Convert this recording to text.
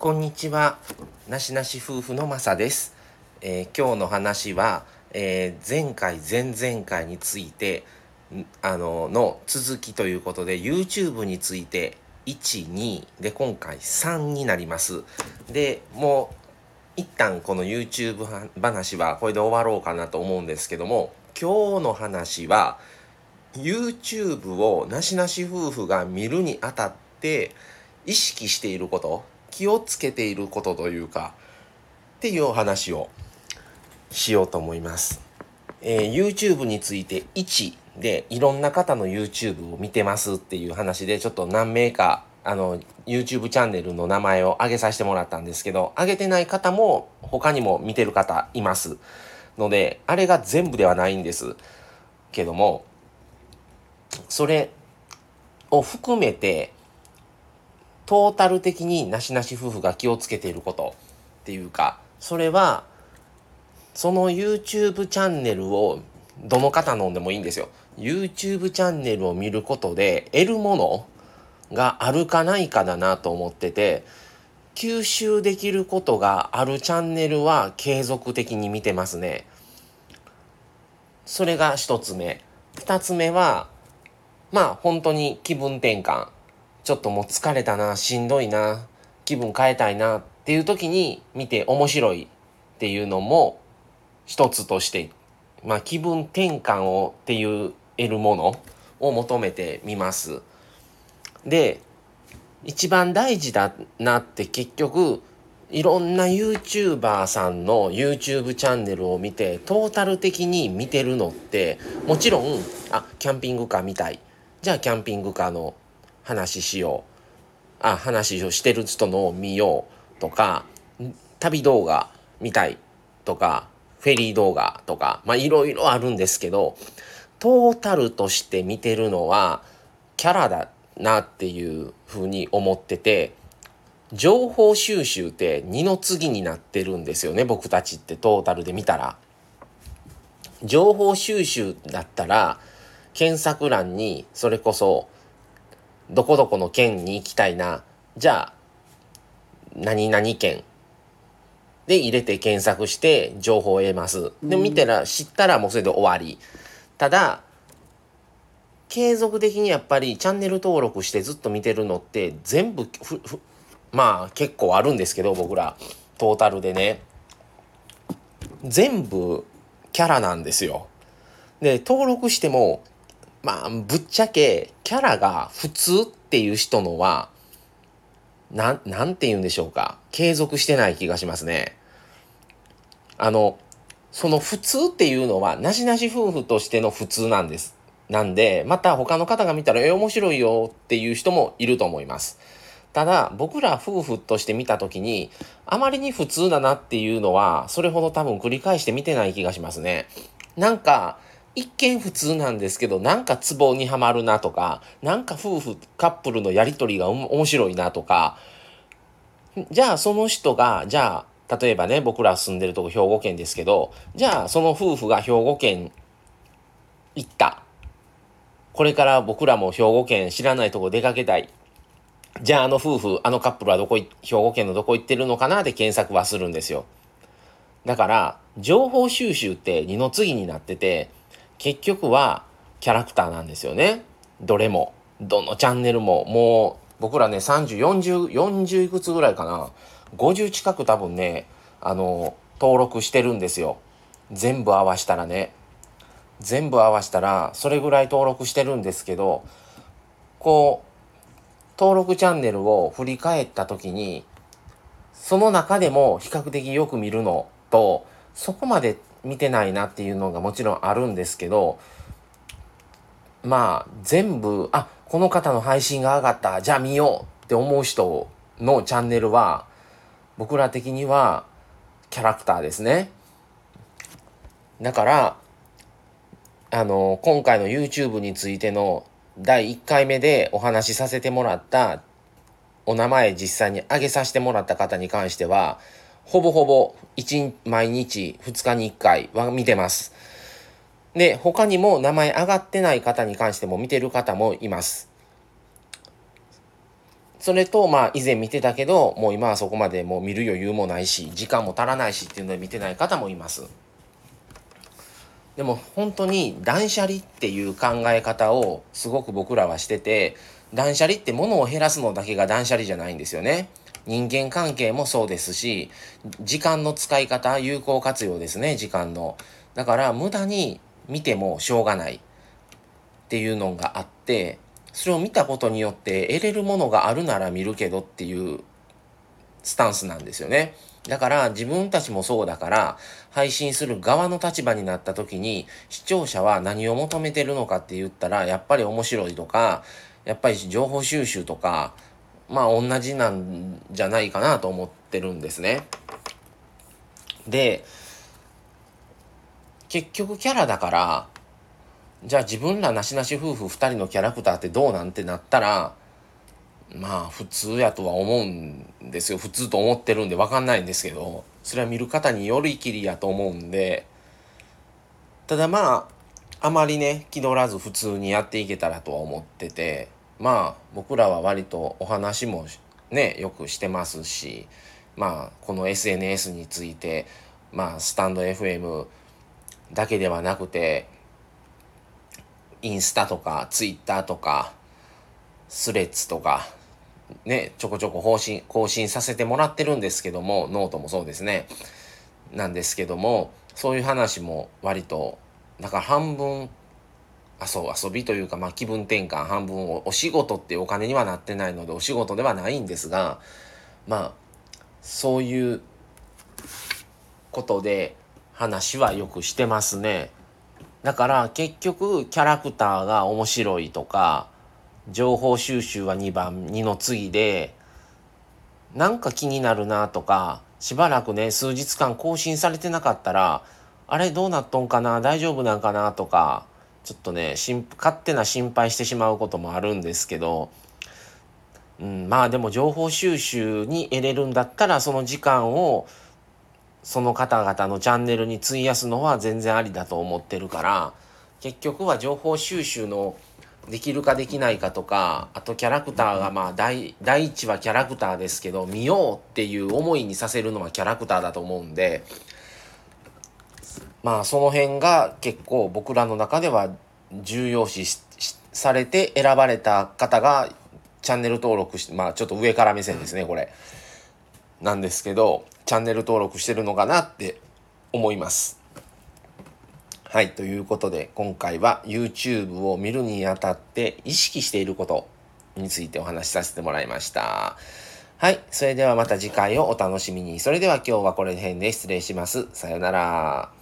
こんにちは。なしなし夫婦のまさです。今日の話は、前回前々回についての続きということで YouTube について1、2で今回3になります。で、もう一旦この YouTube 話はこれで終わろうかなと思うんですけども、今日の話は YouTube をなしなし夫婦が見るにあたって意識していること、気をつけていることというかっていうお話をしようと思います。YouTube について1でいろんな方の YouTube を見てますっていう話でちょっと何名かYouTube チャンネルの名前を挙げさせてもらったんですけど、挙げてない方も他にも見てる方いますので、あれが全部ではないんですけども、それを含めてトータル的になしなし夫婦が気をつけていることっていうか、それはその YouTube チャンネルをどの方のでもいいんですよ。YouTube チャンネルを見ることで得るものがあるかないかだなと思ってて、吸収できることがあるチャンネルは継続的に見てますね。それが一つ目。二つ目は、本当に気分転換。ちょっともう疲れたな、しんどいな、気分変えたいなっていう時に見て面白いっていうのも一つとして、気分転換をっていう得るものを求めてみます。で、一番大事だなって結局、いろんな YouTuber さんの YouTube チャンネルを見てトータル的に見てるのって、もちろんキャンピングカー見たい、じゃあキャンピングカーの話しよう、話をしてる人のを見ようとか、旅動画見たいとか、フェリー動画とか、いろいろあるんですけど、トータルとして見てるのはキャラだなっていうふうに思ってて、情報収集って二の次になってるんですよね。僕たちってトータルで見たら、情報収集だったら検索欄にそれこそどこどこの県に行きたいな、じゃあ何々県で入れて検索して情報を得ます。で見たら知ったらもうそれで終わり。ただ継続的にやっぱりチャンネル登録してずっと見てるのって全部結構あるんですけど、僕らトータルでね全部キャラなんですよ。で登録してもぶっちゃけキャラが普通っていう人のはなんて言うんでしょうか、継続してない気がしますね。その普通っていうのはなしなし夫婦としての普通なんです。なんでまた他の方が見たら面白いよっていう人もいると思います。ただ僕ら夫婦として見た時にあまりに普通だなっていうのはそれほど多分繰り返して見てない気がしますね。なんか一見普通なんですけど、なんかツボにはまるなとか、なんか夫婦カップルのやり取りが面白いなとか、じゃあその人が例えばね、僕ら住んでるとこ兵庫県ですけど、じゃあその夫婦が兵庫県行った、これから僕らも兵庫県知らないとこ出かけたい、じゃあ夫婦カップルは兵庫県のどこ行ってるのかなって検索はするんですよ。だから情報収集って二の次になってて、結局はキャラクターなんですよね。どれもどのチャンネルも。もう僕らね3040いくつぐらいかな、50近く多分ね登録してるんですよ。全部合わしたらね、それぐらい登録してるんですけど、こう登録チャンネルを振り返った時に、その中でも比較的よく見るのとそこまで見てないなっていうのがもちろんあるんですけど、全部この方の配信が上がった、じゃあ見ようって思う人のチャンネルは僕ら的にはキャラクターですね。だから今回の YouTube についての第1回目でお話しさせてもらったお名前実際に挙げさせてもらった方に関しては、ほぼほぼ毎日2日に1回は見てます。で、他にも名前上がってない方に関しても見てる方もいます。 それと以前見てたけどもう今はそこまでもう見る余裕もないし時間も足らないしっていうので見てない方もいます。でも本当に断捨離っていう考え方をすごく僕らはしてて、断捨離って物を減らすのだけが断捨離じゃないんですよね。人間関係もそうですし、時間の使い方、有効活用ですね、時間の。だから無駄に見てもしょうがないっていうのがあって、それを見たことによって得れるものがあるなら見るけどっていうスタンスなんですよね。だから自分たちもそうだから、配信する側の立場になった時に視聴者は何を求めてるのかって言ったら、やっぱり面白いとか、やっぱり情報収集とか、同じなんじゃないかなと思ってるんですね。で、結局キャラだから、じゃあ自分らなしなし夫婦2人のキャラクターってどうなんてなったら、普通やとは思うんですよ。普通と思ってるんで分かんないんですけど、それは見る方によりきりやと思うんで、ただあまりね気取らず普通にやっていけたらとは思ってて、僕らは割とお話もねよくしてますし、この SNS についてスタンド FM だけではなくてインスタとかツイッターとかスレッズとかね、ちょこちょこ更新させてもらってるんですけども、ノートもそうですね。なんですけども、そういう話も割と、だから半分、遊びというか、気分転換半分お仕事ってお金にはなってないので、お仕事ではないんですが、そういうことで話はよくしてますね。だから結局キャラクターが面白いとか、情報収集は2の次で、なんか気になるなとか、しばらくね、数日間更新されてなかったら、あれどうなっとんかな、大丈夫なんかなとか、ちょっとね、勝手な心配してしまうこともあるんですけど、でも情報収集に得れるんだったら、その時間をその方々のチャンネルに費やすのは全然ありだと思ってるから、結局は情報収集のできるかできないかとか、あとキャラクターが第一はキャラクターですけど、見ようっていう思いにさせるのはキャラクターだと思うんで、その辺が結構僕らの中では重要視されて選ばれた方がチャンネル登録して、ちょっと上から目線ですね、これ。なんですけど、チャンネル登録してるのかなって思います。はい、ということで今回は YouTube を見るにあたって意識していることについてお話しさせてもらいました。はい、それではまた次回をお楽しみに。それでは今日はこれ辺で失礼します。さよなら。